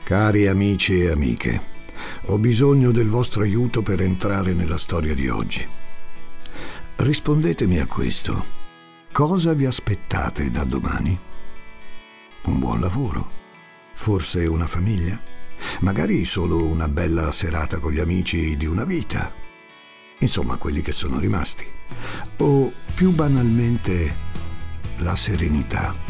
Cari amici e amiche, ho bisogno del vostro aiuto per entrare nella storia di oggi. Rispondetemi a questo. Cosa vi aspettate dal domani? Un buon lavoro? Forse una famiglia? Magari solo una bella serata con gli amici di una vita? Insomma, quelli che sono rimasti. O, più banalmente, la serenità.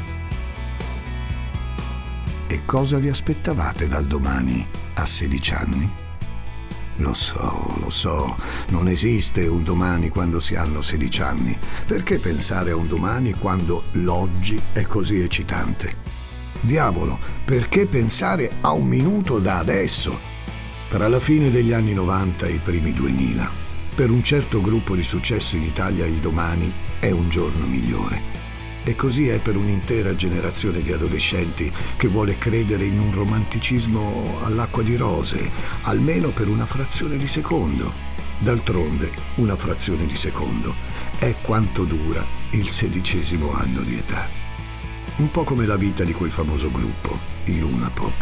E cosa vi aspettavate dal domani a 16 anni? Lo so, non esiste un domani quando si hanno 16 anni. Perché pensare a un domani quando l'oggi è così eccitante? Diavolo, perché pensare a un minuto da adesso? Tra la fine degli anni 90 e i primi 2000, per un certo gruppo di successo in Italia il domani è un giorno migliore. E così è per un'intera generazione di adolescenti che vuole credere in un romanticismo all'acqua di rose, almeno per una frazione di secondo. D'altronde, una frazione di secondo è quanto dura il 16° anno di età. Un po' come la vita di quel famoso gruppo, i Luna Pop.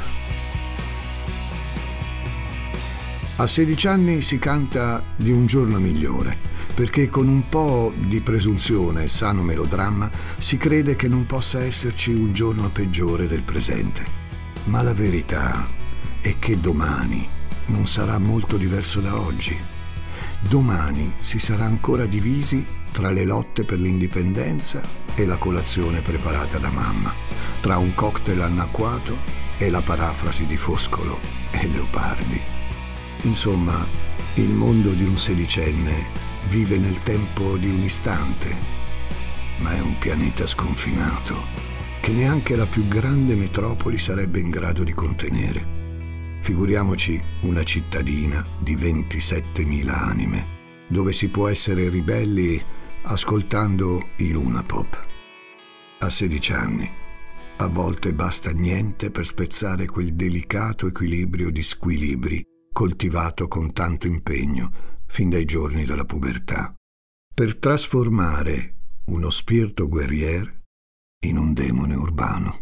A 16 anni si canta di un giorno migliore, perché con un po' di presunzione e sano melodramma si crede che non possa esserci un giorno peggiore del presente. Ma la verità è che domani non sarà molto diverso da oggi. Domani si sarà ancora divisi tra le lotte per l'indipendenza e la colazione preparata da mamma, tra un cocktail annacquato e la parafrasi di Foscolo e Leopardi. Insomma, il mondo di un sedicenne vive nel tempo di un istante, ma è un pianeta sconfinato che neanche la più grande metropoli sarebbe in grado di contenere. Figuriamoci una cittadina di 27.000 anime, dove si può essere ribelli ascoltando i Luna Pop. A 16 anni, a volte basta niente per spezzare quel delicato equilibrio di squilibri coltivato con tanto impegno fin dai giorni della pubertà, per trasformare uno spirito guerriero in un demone urbano.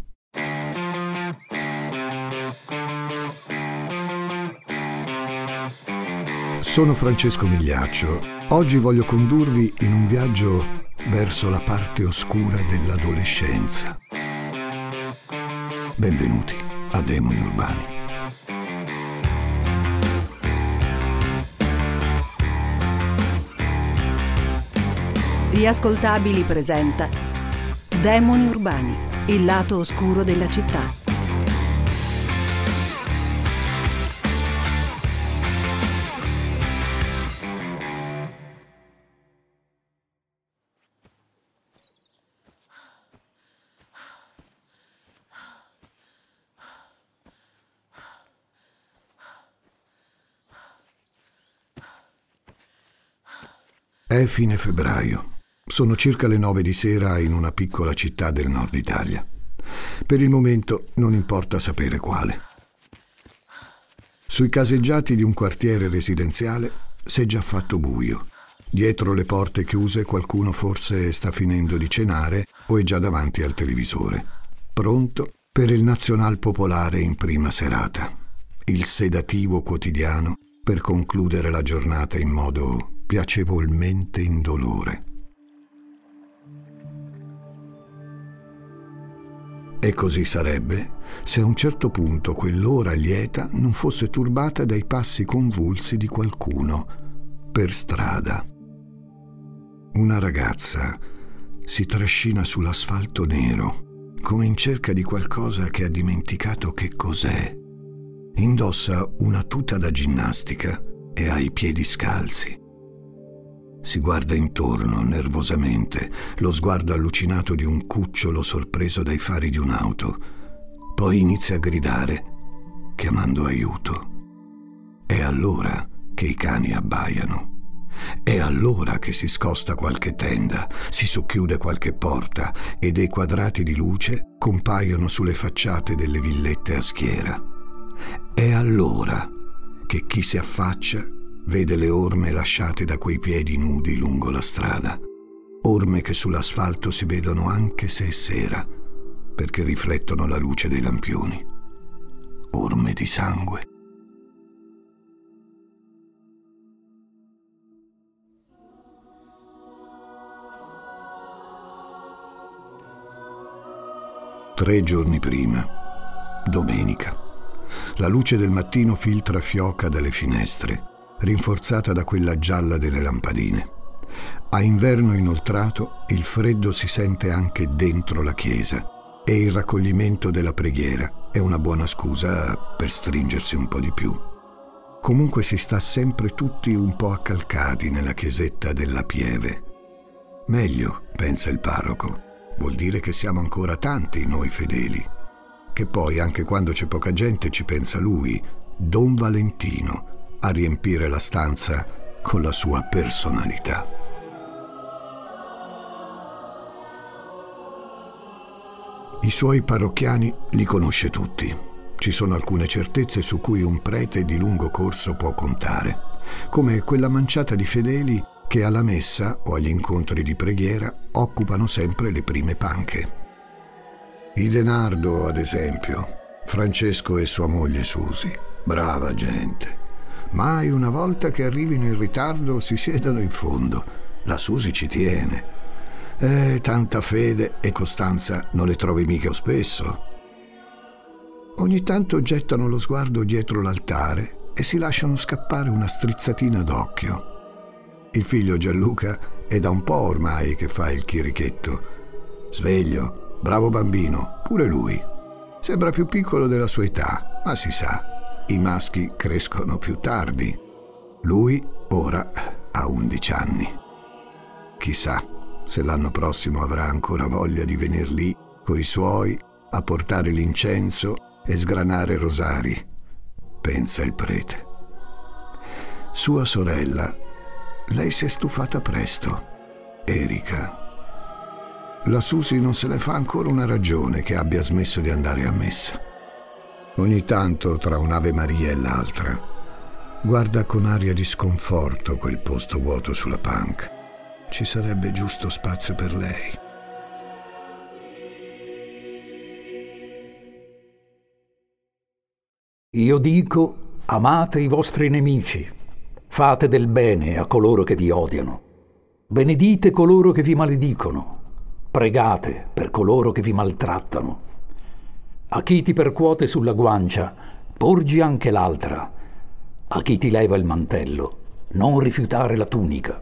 Sono Francesco Migliaccio. Oggi voglio condurvi in un viaggio verso la parte oscura dell'adolescenza. Benvenuti a Demoni Urbani. Riascoltabili presenta Demoni Urbani, il lato oscuro della città. È fine febbraio. Sono circa le 9 di sera in una piccola città del nord Italia. Per il momento non importa sapere quale. Sui caseggiati di un quartiere residenziale s'è già fatto buio. Dietro le porte chiuse qualcuno forse sta finendo di cenare o è già davanti al televisore, pronto per il Nazional Popolare in prima serata, il sedativo quotidiano per concludere la giornata in modo piacevolmente indolore. E così sarebbe se a un certo punto quell'ora lieta non fosse turbata dai passi convulsi di qualcuno per strada. Una ragazza si trascina sull'asfalto nero, come in cerca di qualcosa che ha dimenticato che cos'è. Indossa una tuta da ginnastica e ha i piedi scalzi. Si guarda intorno nervosamente, lo sguardo allucinato di un cucciolo sorpreso dai fari di un'auto. Poi inizia a gridare, chiamando aiuto. È allora che i cani abbaiano. È allora che si scosta qualche tenda, si socchiude qualche porta e dei quadrati di luce compaiono sulle facciate delle villette a schiera. È allora che chi si affaccia vede le orme lasciate da quei piedi nudi lungo la strada, orme che sull'asfalto si vedono anche se è sera, perché riflettono la luce dei lampioni. orme di sangue. Tre giorni prima, domenica. La luce del mattino filtra fioca dalle finestre, rinforzata da quella gialla delle lampadine. A inverno inoltrato, il freddo si sente anche dentro la chiesa e il raccoglimento della preghiera è una buona scusa per stringersi un po' di più. Comunque si sta sempre tutti un po' accalcati nella chiesetta della Pieve. Meglio, pensa il parroco. Vuol dire che siamo ancora tanti noi fedeli. Che poi, anche quando c'è poca gente, ci pensa lui, Don Valentino, a riempire la stanza con la sua personalità. I suoi parrocchiani li conosce tutti. Ci sono alcune certezze su cui un prete di lungo corso può contare, come quella manciata di fedeli che alla messa o agli incontri di preghiera occupano sempre le prime panche. I Denardo, ad esempio, Francesco e sua moglie Susi, brava gente. Mai una volta che arrivino in ritardo si siedono in fondo. La Susi ci tiene. Tanta fede e costanza non le trovi mica spesso. Ogni tanto gettano lo sguardo dietro l'altare e si lasciano scappare una strizzatina d'occhio. Il figlio Gianluca è da un po' ormai che fa il chierichetto. Sveglio, bravo bambino, pure lui. Sembra più piccolo della sua età, ma si sa, i maschi crescono più tardi. Lui ora ha 11 anni. Chissà se l'anno prossimo avrà ancora voglia di venir lì coi suoi a portare l'incenso e sgranare rosari, pensa il prete. Sua sorella, lei si è stufata presto, Erika. La Susi non se ne fa ancora una ragione che abbia smesso di andare a messa. Ogni tanto, tra un'Ave Maria e l'altra, guarda con aria di sconforto quel posto vuoto sulla panca. Ci sarebbe giusto spazio per lei. Io dico, amate i vostri nemici, fate del bene a coloro che vi odiano, benedite coloro che vi maledicono, pregate per coloro che vi maltrattano. A chi ti percuote sulla guancia, porgi anche l'altra. A chi ti leva il mantello, non rifiutare la tunica.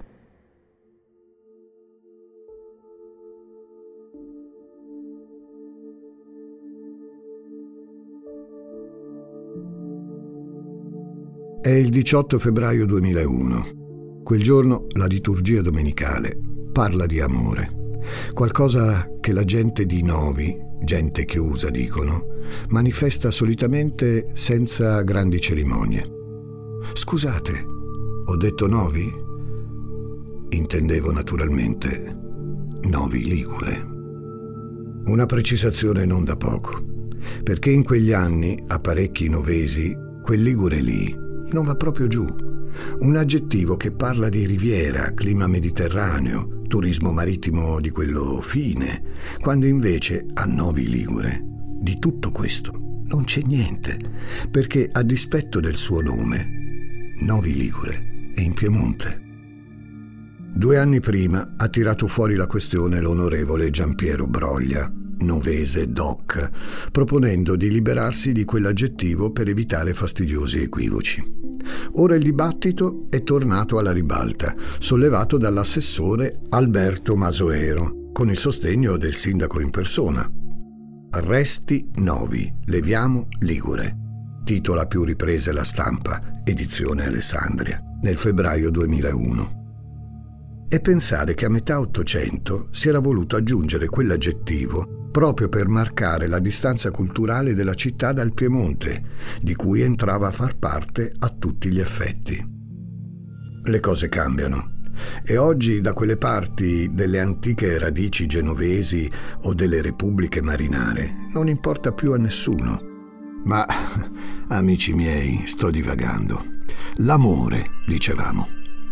È il 18 febbraio 2001. Quel giorno la liturgia domenicale parla di amore. Qualcosa che la gente di Novi, gente chiusa dicono, manifesta solitamente senza grandi cerimonie. Scusate, ho detto Novi? Intendevo naturalmente Novi Ligure. Una precisazione non da poco, perché in quegli anni a parecchi novesi quel Ligure lì non va proprio giù. Un aggettivo che parla di riviera, clima mediterraneo, turismo marittimo di quello fine, quando invece a Novi Ligure di tutto questo non c'è niente, perché a dispetto del suo nome, Novi Ligure è in Piemonte. 2 anni prima ha tirato fuori la questione l'onorevole Giampiero Broglia, novese doc, proponendo di liberarsi di quell'aggettivo per evitare fastidiosi equivoci. Ora il dibattito è tornato alla ribalta, sollevato dall'assessore Alberto Masoero, con il sostegno del sindaco in persona. Resti Novi, leviamo Ligure, titola a più riprese La Stampa, edizione Alessandria, nel febbraio 2001. E pensare che a metà Ottocento si era voluto aggiungere quell'aggettivo proprio per marcare la distanza culturale della città dal Piemonte, di cui entrava a far parte a tutti gli effetti. Le cose cambiano e oggi da quelle parti delle antiche radici genovesi o delle repubbliche marinare non importa più a nessuno. Ma, amici miei, sto divagando. L'amore, dicevamo.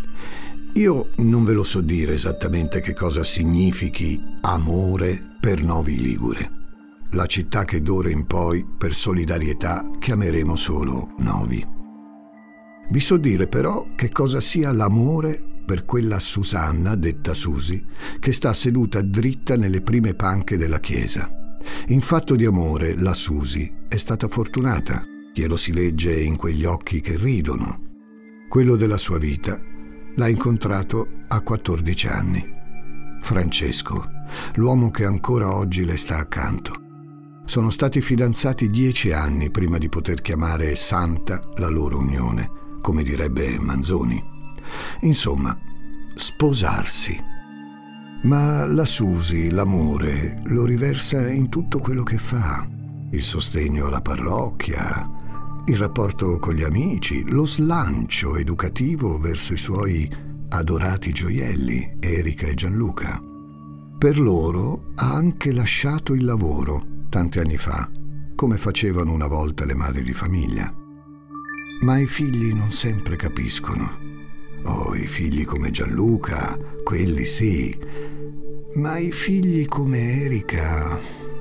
Io non ve lo so dire esattamente che cosa significhi amore per Novi Ligure. la città che d'ora in poi, per solidarietà, chiameremo solo Novi. Vi so dire però che cosa sia l'amore per quella Susanna, detta Susi, che sta seduta dritta nelle prime panche della chiesa. In fatto di amore, la Susi è stata fortunata, glielo si legge in quegli occhi che ridono. Quello della sua vita l'ha incontrato a 14 anni. Francesco, l'uomo che ancora oggi le sta accanto. Sono stati fidanzati 10 anni prima di poter chiamare santa la loro unione, come direbbe Manzoni. Insomma, sposarsi. Ma la Susi, l'amore, lo riversa in tutto quello che fa. Il sostegno alla parrocchia, il rapporto con gli amici, lo slancio educativo verso i suoi adorati gioielli, Erika e Gianluca. Per loro ha anche lasciato il lavoro tanti anni fa, come facevano una volta le madri di famiglia. Ma i figli non sempre capiscono. Oh, i figli come Gianluca, quelli sì. Ma i figli come Erika...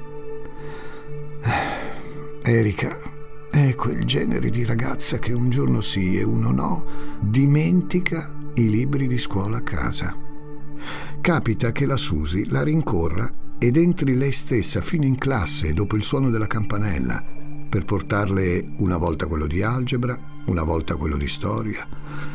Erika è quel genere di ragazza che un giorno sì e uno no dimentica i libri di scuola a casa. Capita che la Susi la rincorra ed entri lei stessa fino in classe dopo il suono della campanella per portarle una volta quello di algebra, una volta quello di storia.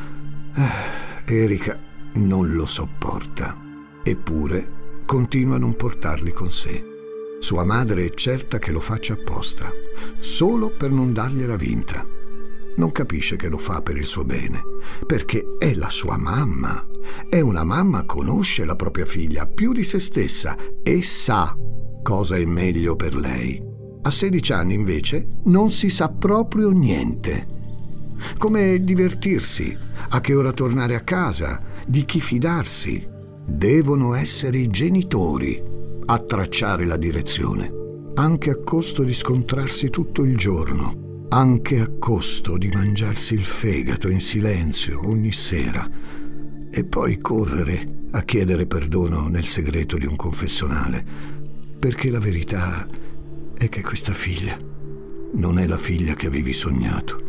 Erika non lo sopporta, eppure continua a non portarli con sé. Sua madre è certa che lo faccia apposta, solo per non dargliela vinta. Non capisce che lo fa per il suo bene, perché è la sua mamma. E una mamma conosce la propria figlia più di se stessa e sa cosa è meglio per lei. A 16 anni, invece, non si sa proprio niente. Come divertirsi, a che ora tornare a casa, di chi fidarsi. Devono essere i genitori a tracciare la direzione, anche a costo di scontrarsi tutto il giorno. Anche a costo di mangiarsi il fegato in silenzio ogni sera e poi correre a chiedere perdono nel segreto di un confessionale, perché la verità è che questa figlia non è la figlia che avevi sognato.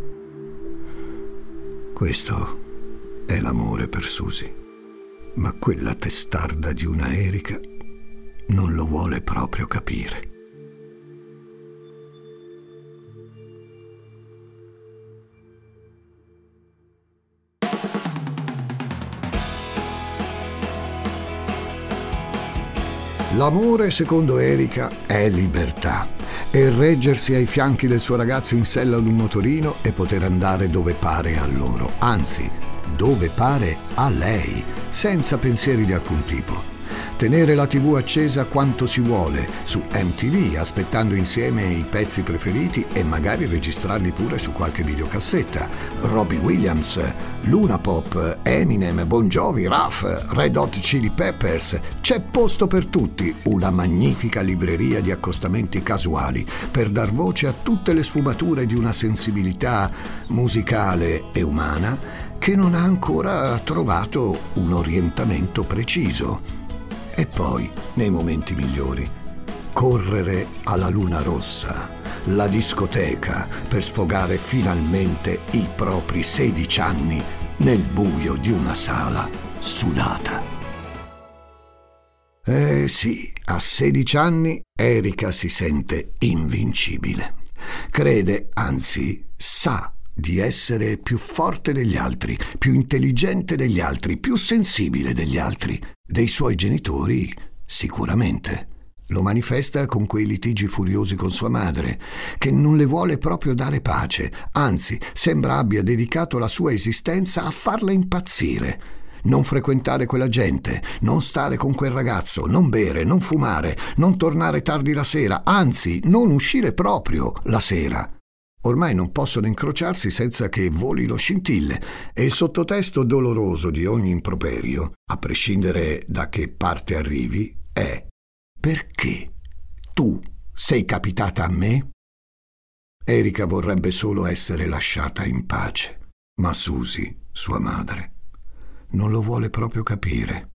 Questo è l'amore per Susi, ma quella testarda di una Erika non lo vuole proprio capire. L'amore, secondo Erika, è libertà. E reggersi ai fianchi del suo ragazzo in sella ad un motorino e poter andare dove pare a loro. Anzi, dove pare a lei, senza pensieri di alcun tipo. Tenere la TV accesa quanto si vuole su MTV, aspettando insieme i pezzi preferiti e magari registrarli pure su qualche videocassetta. Robbie Williams, Luna Pop, Eminem, Bon Jovi, Raf, Red Hot Chili Peppers. C'è posto per tutti, una magnifica libreria di accostamenti casuali per dar voce a tutte le sfumature di una sensibilità musicale e umana che non ha ancora trovato un orientamento preciso. E poi, nei momenti migliori, correre alla luna rossa, la discoteca, per sfogare finalmente i propri 16 anni nel buio di una sala sudata. Sì, a 16 anni Erika si sente invincibile. Crede, anzi, sa di essere più forte degli altri, più intelligente degli altri, più sensibile degli altri. Dei suoi genitori, sicuramente. Lo manifesta con quei litigi furiosi con sua madre, che non le vuole proprio dare pace, anzi, sembra abbia dedicato la sua esistenza a farla impazzire. Non frequentare quella gente, non stare con quel ragazzo, non bere, non fumare, non tornare tardi la sera, anzi, non uscire proprio la sera. Ormai non possono incrociarsi senza che volino scintille, e il sottotesto doloroso di ogni improperio, a prescindere da che parte arrivi, è: perché tu sei capitata a me? Erika vorrebbe solo essere lasciata in pace, ma Susi, sua madre, non lo vuole proprio capire.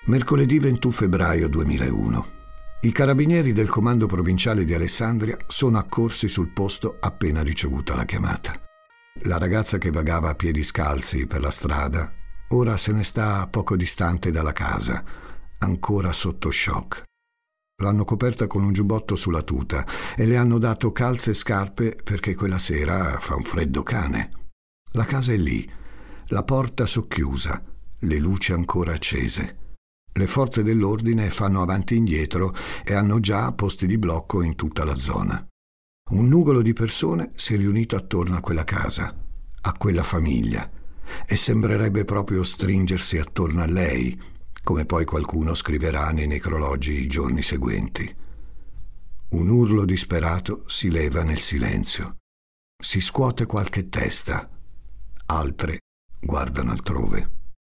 Mercoledì 21 febbraio 2001. I carabinieri del comando provinciale di Alessandria sono accorsi sul posto appena ricevuta la chiamata. La ragazza che vagava a piedi scalzi per la strada ora se ne sta poco distante dalla casa, ancora sotto shock. L'hanno coperta con un giubbotto sulla tuta e le hanno dato calze e scarpe perché quella sera fa un freddo cane. La casa è lì, la porta socchiusa, le luci ancora accese. Le forze dell'ordine fanno avanti e indietro e hanno già posti di blocco in tutta la zona. Un nugolo di persone si è riunito attorno a quella casa, a quella famiglia, e sembrerebbe proprio stringersi attorno a lei, come poi qualcuno scriverà nei necrologi i giorni seguenti. Un urlo disperato si leva nel silenzio. Si scuote qualche testa, altre guardano altrove.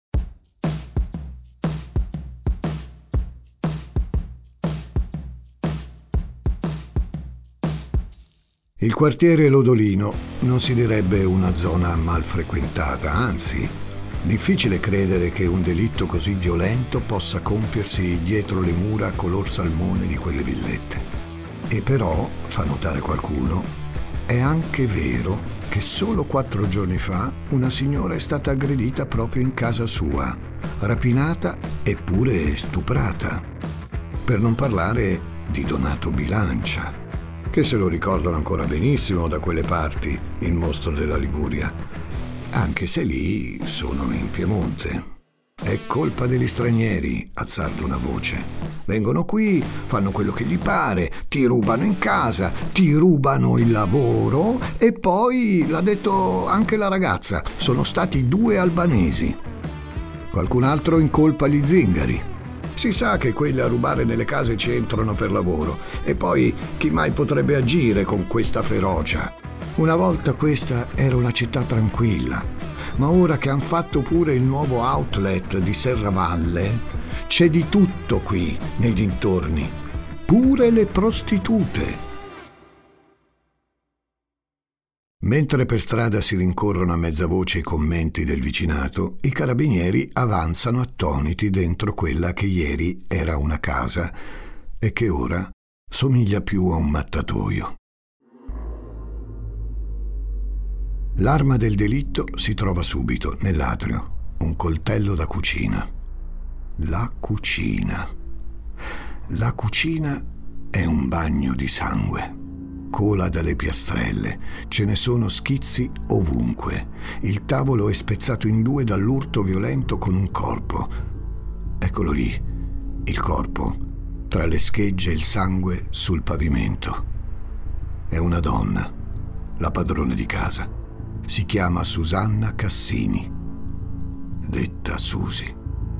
Il quartiere Lodolino non si direbbe una zona mal frequentata, anzi, difficile credere che un delitto così violento possa compiersi dietro le mura color salmone di quelle villette. E però, fa notare qualcuno, è anche vero che solo 4 giorni fa una signora è stata aggredita proprio in casa sua, rapinata e pure stuprata. Per non parlare di Donato Bilancia, che se lo ricordano ancora benissimo da quelle parti, il mostro della Liguria, anche se lì sono in Piemonte. È colpa degli stranieri, azzarda una voce. Vengono qui, fanno quello che gli pare, ti rubano in casa, ti rubano il lavoro e poi, l'ha detto anche la ragazza, sono stati 2 albanesi. Qualcun altro incolpa gli zingari. Si sa che quelli a rubare nelle case ci entrano per lavoro e poi chi mai potrebbe agire con questa ferocia? Una volta questa era una città tranquilla, ma ora che han fatto pure il nuovo outlet di Serravalle, c'è di tutto qui nei dintorni, pure le prostitute. Mentre per strada si rincorrono a mezza voce i commenti del vicinato, i carabinieri avanzano attoniti dentro quella che ieri era una casa e che ora somiglia più a un mattatoio. L'arma del delitto si trova subito nell'atrio, un coltello da cucina. La cucina. La cucina è un bagno di sangue. Cola dalle piastrelle, ce ne sono schizzi ovunque. Il tavolo è spezzato in 2 dall'urto violento con un corpo. Eccolo lì, il corpo, tra le schegge e il sangue sul pavimento. È una donna, la padrona di casa. Si chiama Susanna Cassini, detta Susi.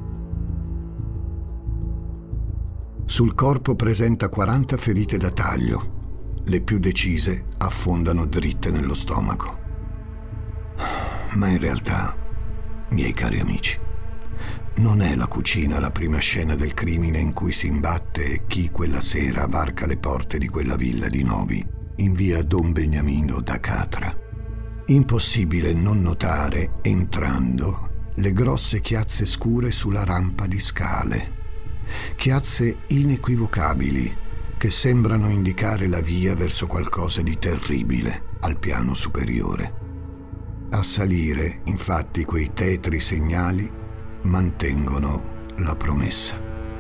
Sul corpo presenta 40 ferite da taglio. Le più decise affondano dritte nello stomaco. Ma in realtà, miei cari amici, non è la cucina la prima scena del crimine in cui si imbatte chi quella sera varca le porte di quella villa di Novi in via Don Beniamino da Catra. Impossibile non notare, entrando, le grosse chiazze scure sulla rampa di scale. Chiazze inequivocabili che sembrano indicare la via verso qualcosa di terribile al piano superiore. A salire, infatti, quei tetri segnali mantengono la promessa.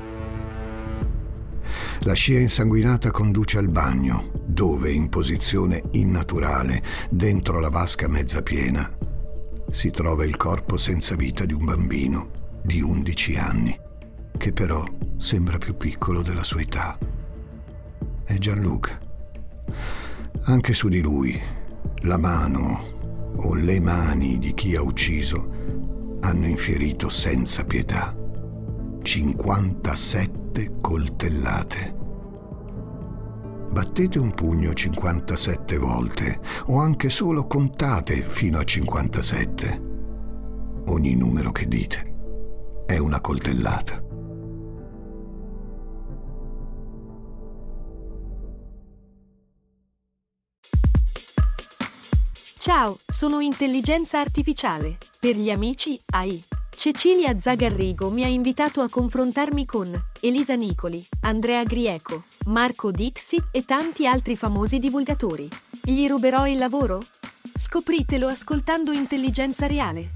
La scia insanguinata conduce al bagno, dove, in posizione innaturale, dentro la vasca mezza piena, si trova il corpo senza vita di un bambino di 11 anni, che però sembra più piccolo della sua età. È Gianluca. Anche su di lui, la mano o le mani di chi ha ucciso hanno infierito senza pietà 57 coltellate. Battete un pugno 57 volte o anche solo contate fino a 57. Ogni numero che dite è una coltellata. Ciao, sono Intelligenza Artificiale. Per gli amici AI. Cecilia Zagarrigo mi ha invitato a confrontarmi con Elisa Nicoli, Andrea Grieco, Marco Dixit e tanti altri famosi divulgatori. Gli ruberò il lavoro? Scopritelo ascoltando Intelligenza Reale.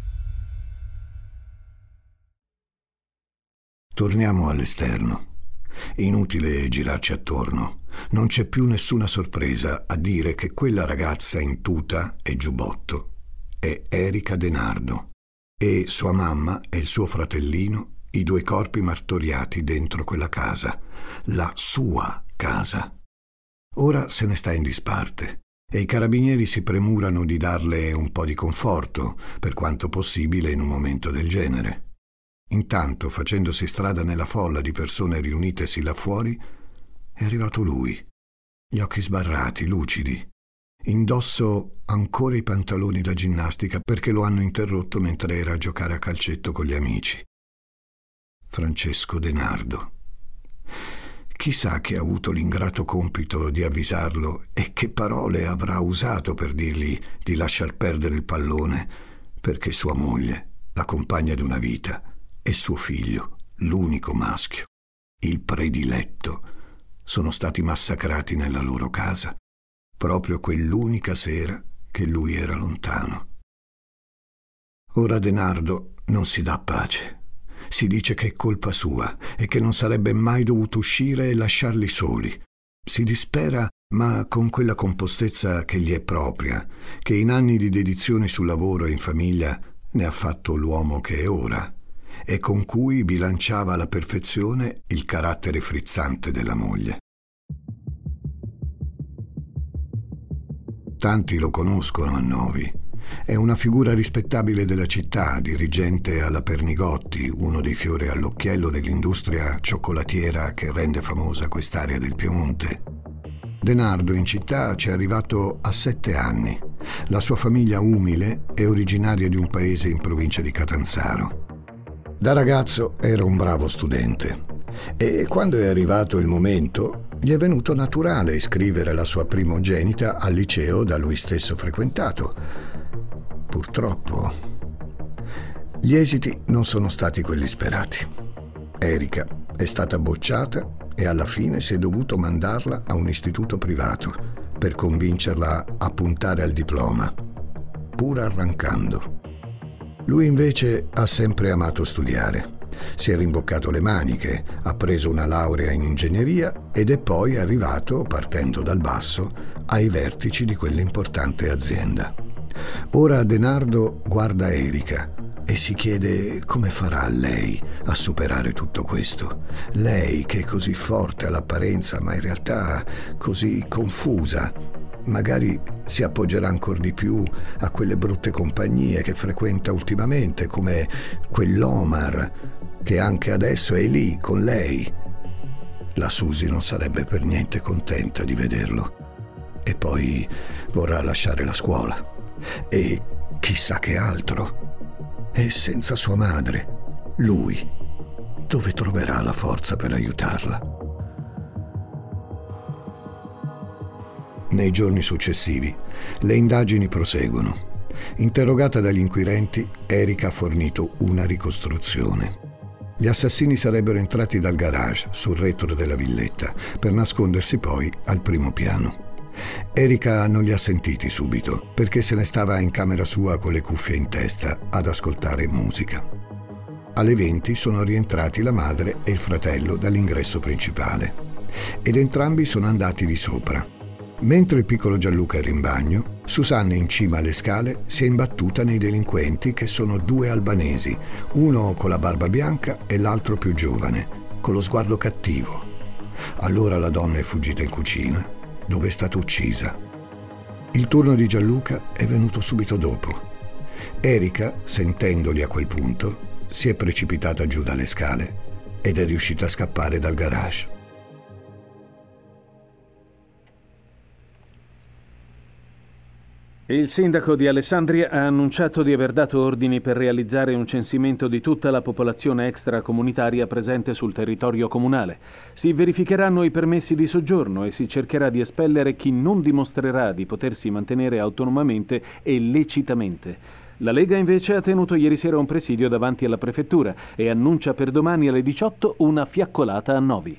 Torniamo all'esterno. Inutile girarci attorno. Non c'è più nessuna sorpresa a dire che quella ragazza in tuta e giubbotto è Erika De Nardo e sua mamma e il suo fratellino, i due corpi martoriati dentro quella casa, la sua casa. Ora se ne sta in disparte e i carabinieri si premurano di darle un po' di conforto, per quanto possibile in un momento del genere. Intanto, facendosi strada nella folla di persone riunitesi là fuori, è arrivato lui, gli occhi sbarrati, lucidi, indosso ancora i pantaloni da ginnastica perché lo hanno interrotto mentre era a giocare a calcetto con gli amici. Francesco De Nardo. Chissà chi ha avuto l'ingrato compito di avvisarlo e che parole avrà usato per dirgli di lasciar perdere il pallone, perché sua moglie, la compagna di una vita, e suo figlio, l'unico maschio, il prediletto, sono stati massacrati nella loro casa, proprio quell'unica sera che lui era lontano. Ora De Nardo non si dà pace. Si dice che è colpa sua e che non sarebbe mai dovuto uscire e lasciarli soli. Si dispera, ma con quella compostezza che gli è propria, che in anni di dedizione sul lavoro e in famiglia ne ha fatto l'uomo che è ora, e con cui bilanciava alla perfezione il carattere frizzante della moglie. Tanti lo conoscono a Novi. È una figura rispettabile della città, dirigente alla Pernigotti, uno dei fiori all'occhiello dell'industria cioccolatiera che rende famosa quest'area del Piemonte. De Nardo in città ci è arrivato a 7 anni. La sua famiglia umile è originaria di un paese in provincia di Catanzaro. Da ragazzo era un bravo studente e quando è arrivato il momento gli è venuto naturale iscrivere la sua primogenita al liceo da lui stesso frequentato. Purtroppo gli esiti non sono stati quelli sperati. Erika è stata bocciata e alla fine si è dovuto mandarla a un istituto privato per convincerla a puntare al diploma, pur arrancando. Lui invece ha sempre amato studiare. Si è rimboccato le maniche, ha preso una laurea in ingegneria ed è poi arrivato, partendo dal basso, ai vertici di quell'importante azienda. Ora De Nardo guarda Erika e si chiede come farà lei a superare tutto questo. Lei che è così forte all'apparenza ma in realtà così confusa. Magari si appoggerà ancora di più a quelle brutte compagnie che frequenta ultimamente, come quell'Omar, che anche adesso è lì con lei. La Susi non sarebbe per niente contenta di vederlo. E poi vorrà lasciare la scuola. E chissà che altro. E senza sua madre, lui, dove troverà la forza per aiutarla? Nei giorni successivi, le indagini proseguono. Interrogata dagli inquirenti, Erika ha fornito una ricostruzione. Gli assassini sarebbero entrati dal garage sul retro della villetta per nascondersi poi al primo piano. Erika non li ha sentiti subito perché se ne stava in camera sua con le cuffie in testa ad ascoltare musica. Alle 20 sono rientrati la madre e il fratello dall'ingresso principale ed entrambi sono andati di sopra. Mentre il piccolo Gianluca era in bagno, Susanna in cima alle scale si è imbattuta nei delinquenti che sono 2 albanesi, uno con la barba bianca e l'altro più giovane, con lo sguardo cattivo. Allora la donna è fuggita in cucina, dove è stata uccisa. Il turno di Gianluca è venuto subito dopo. Erika, sentendoli a quel punto, si è precipitata giù dalle scale ed è riuscita a scappare dal garage. Il sindaco di Alessandria ha annunciato di aver dato ordini per realizzare un censimento di tutta la popolazione extracomunitaria presente sul territorio comunale. Si verificheranno i permessi di soggiorno e si cercherà di espellere chi non dimostrerà di potersi mantenere autonomamente e lecitamente. La Lega invece ha tenuto ieri sera un presidio davanti alla prefettura e annuncia per domani alle 18 una fiaccolata a Novi.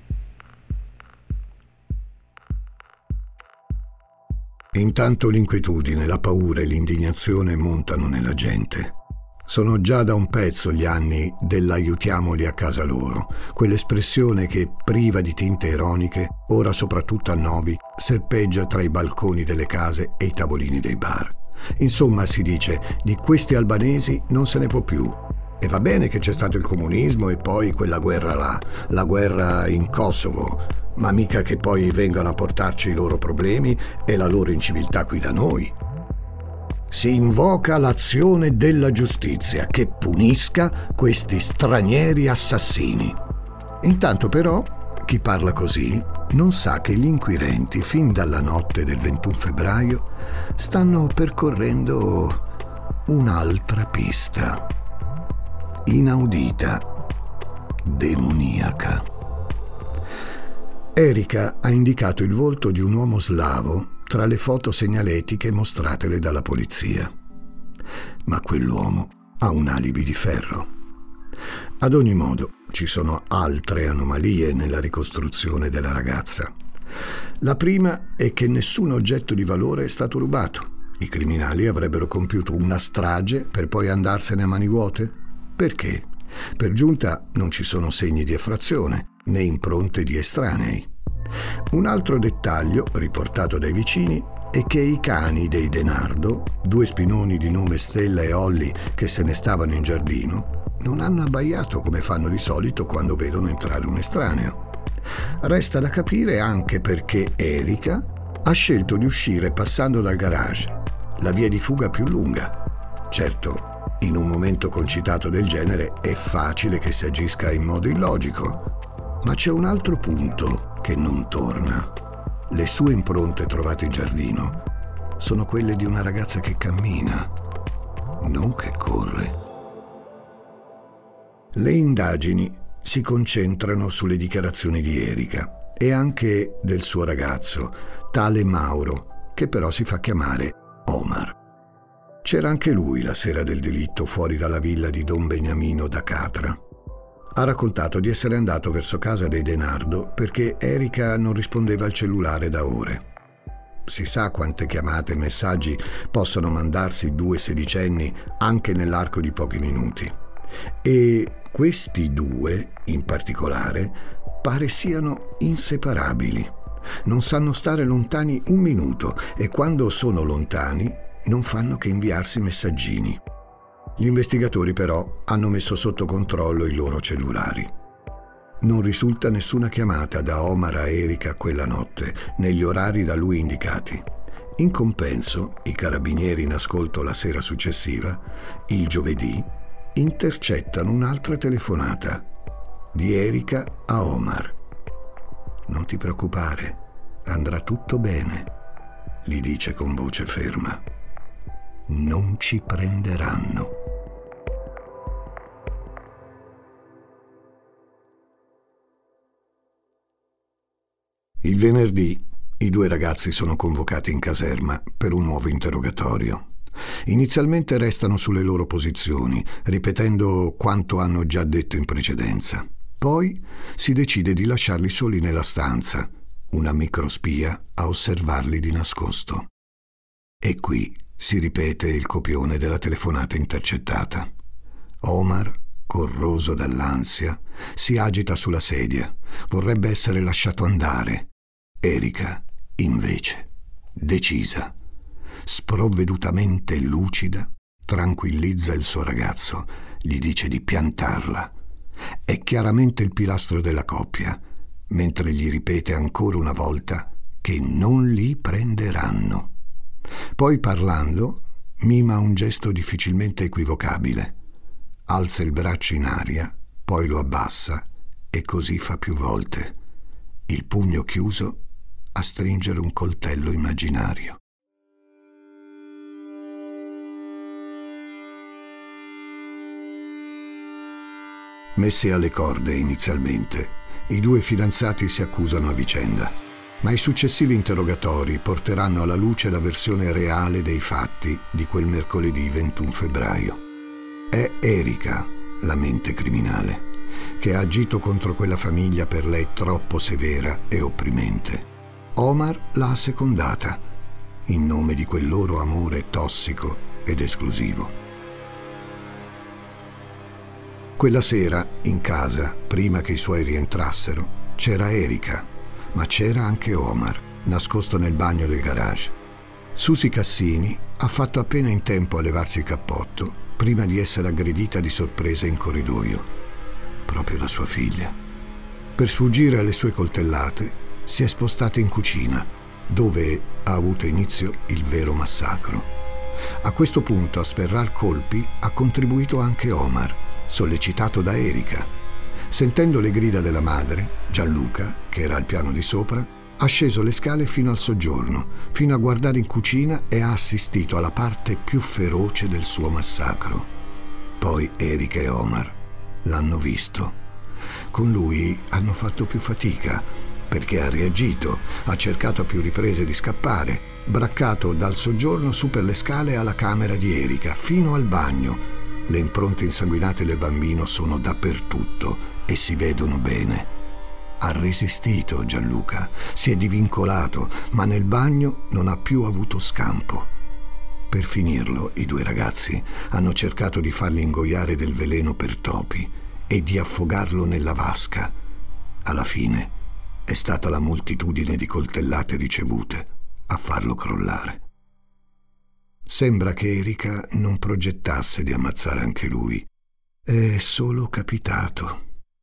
Intanto l'inquietudine, la paura e l'indignazione montano nella gente. Sono già da un pezzo gli anni dell'aiutiamoli a casa loro, quell'espressione che, priva di tinte ironiche, ora soprattutto a Novi, serpeggia tra i balconi delle case e i tavolini dei bar. Insomma, si dice, di questi albanesi non se ne può più. E va bene che c'è stato il comunismo e poi quella guerra là, la guerra in Kosovo, ma mica che poi vengano a portarci i loro problemi e la loro inciviltà qui da noi. Si invoca l'azione della giustizia che punisca questi stranieri assassini. Intanto però chi parla così non sa che gli inquirenti fin dalla notte del 21 febbraio stanno percorrendo un'altra pista, inaudita, demoniaca. Erika ha indicato il volto di un uomo slavo tra le foto segnaletiche mostratele dalla polizia. Ma quell'uomo ha un alibi di ferro. Ad ogni modo, ci sono altre anomalie nella ricostruzione della ragazza. La prima è che nessun oggetto di valore è stato rubato. I criminali avrebbero compiuto una strage per poi andarsene a mani vuote? Perché? Per giunta non ci sono segni di effrazione, né impronte di estranei. Un altro dettaglio, riportato dai vicini, è che i cani dei De Nardo, due spinoni di nome Stella e Olli che se ne stavano in giardino, non hanno abbaiato come fanno di solito quando vedono entrare un estraneo. Resta da capire anche perché Erika ha scelto di uscire passando dal garage, la via di fuga più lunga. Certo, in un momento concitato del genere è facile che si agisca in modo illogico, ma c'è un altro punto che non torna. Le sue impronte trovate in giardino sono quelle di una ragazza che cammina, non che corre. Le indagini si concentrano sulle dichiarazioni di Erika e anche del suo ragazzo, tale Mauro, che però si fa chiamare Omar. C'era anche lui la sera del delitto fuori dalla villa di Don Beniamino da Catra. Ha raccontato di essere andato verso casa dei De Nardo perché Erika non rispondeva al cellulare da ore. Si sa quante chiamate e messaggi possono mandarsi due sedicenni anche nell'arco di pochi minuti. E questi due, in particolare, pare siano inseparabili. Non sanno stare lontani un minuto e quando sono lontani non fanno che inviarsi messaggini. Gli investigatori però hanno messo sotto controllo i loro cellulari. Non risulta nessuna chiamata da Omar a Erika quella notte, negli orari da lui indicati. In compenso, i carabinieri in ascolto la sera successiva, il giovedì, intercettano un'altra telefonata di Erika a Omar. «Non ti preoccupare, andrà tutto bene», gli dice con voce ferma. «Non ci prenderanno». Il venerdì i due ragazzi sono convocati in caserma per un nuovo interrogatorio. Inizialmente restano sulle loro posizioni, ripetendo quanto hanno già detto in precedenza. Poi si decide di lasciarli soli nella stanza, una microspia a osservarli di nascosto. E qui si ripete il copione della telefonata intercettata. Omar, corroso dall'ansia, si agita sulla sedia, vorrebbe essere lasciato andare. Erika, invece, decisa, sprovvedutamente lucida, tranquillizza il suo ragazzo, gli dice di piantarla. È chiaramente il pilastro della coppia, mentre gli ripete ancora una volta che non li prenderanno. Poi, parlando, mima un gesto difficilmente equivocabile. Alza il braccio in aria, poi lo abbassa e così fa più volte, il pugno chiuso a stringere un coltello immaginario. Messi alle corde inizialmente, i due fidanzati si accusano a vicenda. Ma i successivi interrogatori porteranno alla luce la versione reale dei fatti di quel mercoledì 21 febbraio. È Erika la mente criminale, che ha agito contro quella famiglia per lei troppo severa e opprimente. Omar l'ha assecondata, in nome di quel loro amore tossico ed esclusivo. Quella sera, in casa, prima che i suoi rientrassero, c'era Erika, ma c'era anche Omar, nascosto nel bagno del garage. Susi Cassini ha fatto appena in tempo a levarsi il cappotto prima di essere aggredita di sorpresa in corridoio, proprio da sua figlia. Per sfuggire alle sue coltellate, si è spostata in cucina, dove ha avuto inizio il vero massacro. A questo punto a sferrar colpi ha contribuito anche Omar, sollecitato da Erika. Sentendo le grida della madre, Gianluca, che era al piano di sopra, ha sceso le scale fino al soggiorno, fino a guardare in cucina e ha assistito alla parte più feroce del suo massacro. Poi Erika e Omar l'hanno visto. Con lui hanno fatto più fatica, perché ha reagito, ha cercato a più riprese di scappare, braccato dal soggiorno su per le scale alla camera di Erika, fino al bagno. Le impronte insanguinate del bambino sono dappertutto e si vedono bene. Ha resistito Gianluca, si è divincolato, ma nel bagno non ha più avuto scampo. Per finirlo, i due ragazzi hanno cercato di fargli ingoiare del veleno per topi e di affogarlo nella vasca. Alla fine è stata la moltitudine di coltellate ricevute a farlo crollare. Sembra che Erika non progettasse di ammazzare anche lui. È solo capitato.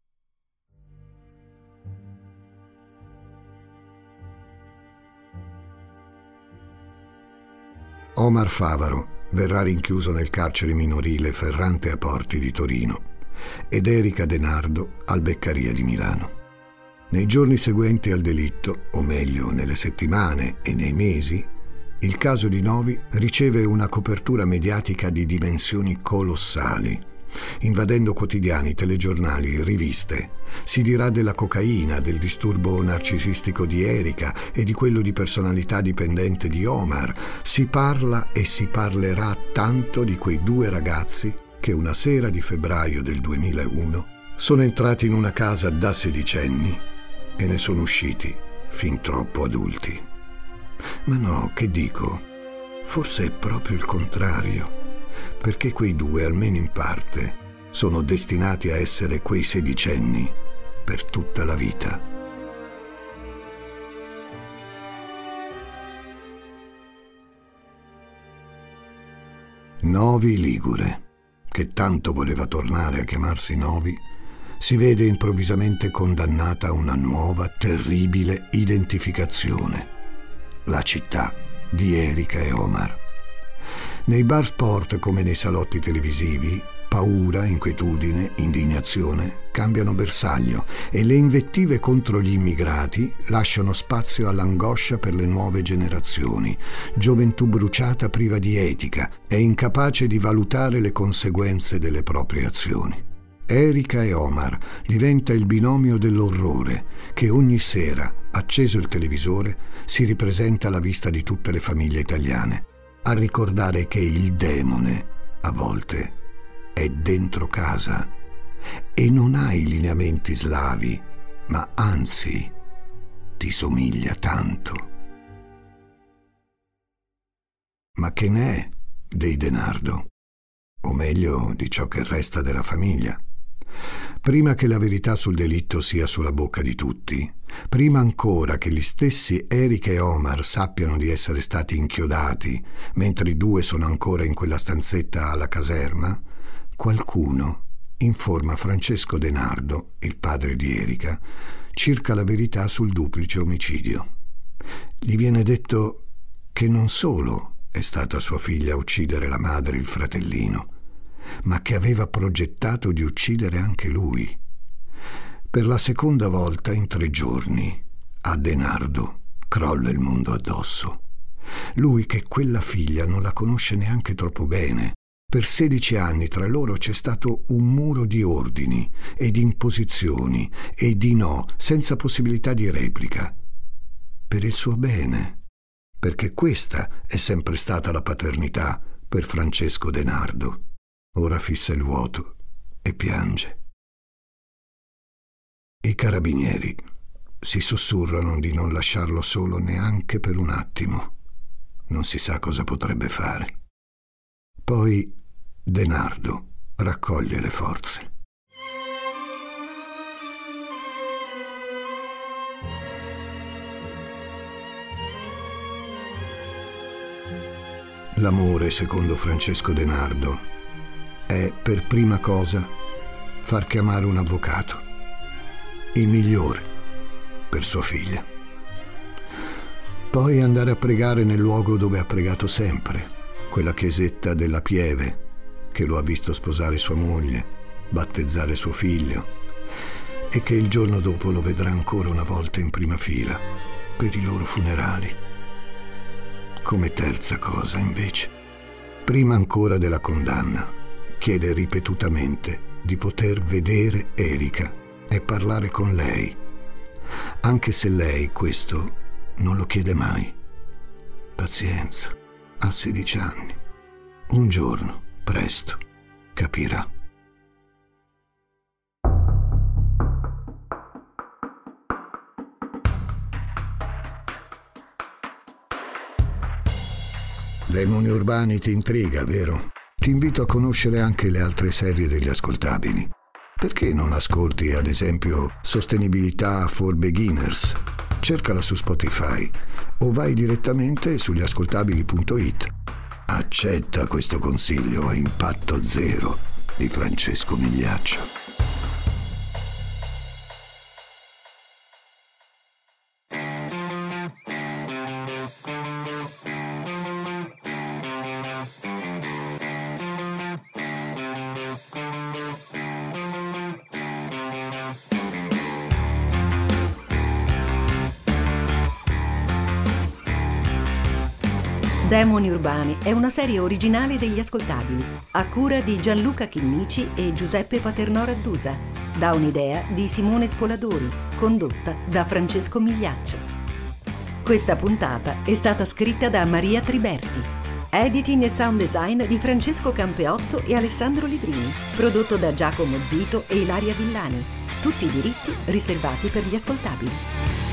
Omar Favaro verrà rinchiuso nel carcere minorile Ferrante a Porti di Torino ed Erika Denardo al Beccaria di Milano. Nei giorni seguenti al delitto, o meglio nelle settimane e nei mesi, il caso di Novi riceve una copertura mediatica di dimensioni colossali, invadendo quotidiani, telegiornali, riviste. Si dirà della cocaina, del disturbo narcisistico di Erika e di quello di personalità dipendente di Omar. Si parla e si parlerà tanto di quei due ragazzi che una sera di febbraio del 2001 sono entrati in una casa da sedicenni e ne sono usciti fin troppo adulti. Ma no, che dico? Forse è proprio il contrario, perché quei due, almeno in parte, sono destinati a essere quei sedicenni per tutta la vita. Novi Ligure, che tanto voleva tornare a chiamarsi Novi, si vede improvvisamente condannata a una nuova, terribile identificazione: la città di Erika e Omar. Nei bar sport come nei salotti televisivi, paura, inquietudine, indignazione cambiano bersaglio e le invettive contro gli immigrati lasciano spazio all'angoscia per le nuove generazioni, gioventù bruciata priva di etica e incapace di valutare le conseguenze delle proprie azioni. Erika e Omar diventa il binomio dell'orrore che ogni sera, acceso il televisore, si ripresenta alla vista di tutte le famiglie italiane, a ricordare che il demone, a volte, è dentro casa e non ha i lineamenti slavi, ma anzi ti somiglia tanto. Ma che ne è dei Denardo? O meglio, di ciò che resta della famiglia? Prima che la verità sul delitto sia sulla bocca di tutti, prima ancora che gli stessi Erika e Omar sappiano di essere stati inchiodati mentre i due sono ancora in quella stanzetta alla caserma, qualcuno informa Francesco Denardo, il padre di Erika, circa la verità sul duplice omicidio. Gli viene detto che non solo è stata sua figlia a uccidere la madre e il fratellino, ma che aveva progettato di uccidere anche lui. Per la seconda volta in 3 giorni a Denardo crolla il mondo addosso. Lui che quella figlia non la conosce neanche troppo bene. Per 16 anni tra loro c'è stato un muro di ordini e di imposizioni e di no, senza possibilità di replica. per il suo bene, perché questa è sempre stata la paternità per Francesco Denardo. Ora fissa il vuoto e piange. I carabinieri si sussurrano di non lasciarlo solo neanche per un attimo. Non si sa cosa potrebbe fare. Poi Denardo raccoglie le forze. L'amore, secondo Francesco Denardo, è per prima cosa far chiamare un avvocato, il migliore per sua figlia. Poi andare a pregare nel luogo dove ha pregato sempre, quella chiesetta della Pieve, che lo ha visto sposare sua moglie, battezzare suo figlio, e che il giorno dopo lo vedrà ancora una volta in prima fila per i loro funerali. Come terza cosa, invece, prima ancora della condanna, chiede ripetutamente di poter vedere Erika e parlare con lei, anche se lei questo non lo chiede mai. Pazienza, ha 16 anni. Un giorno, presto, capirà. Demoni Urbani ti intriga, vero? Ti invito a conoscere anche le altre serie degli ascoltabili. Perché non ascolti, ad esempio, Sostenibilità for Beginners? Cercala su Spotify o vai direttamente sugli ascoltabili.it. Accetta questo consiglio a impatto zero di Francesco Migliaccio. Demoni Urbani è una serie originale degli ascoltabili, a cura di Gianluca Chinnici e Giuseppe Paternò Raddusa, da un'idea di Simone Spoladori, condotta da Francesco Migliaccio. Questa puntata è stata scritta da Maria Triberti, editing e sound design di Francesco Campeotto e Alessandro Livrini, prodotto da Giacomo Zito e Ilaria Villani, tutti i diritti riservati per gli ascoltabili.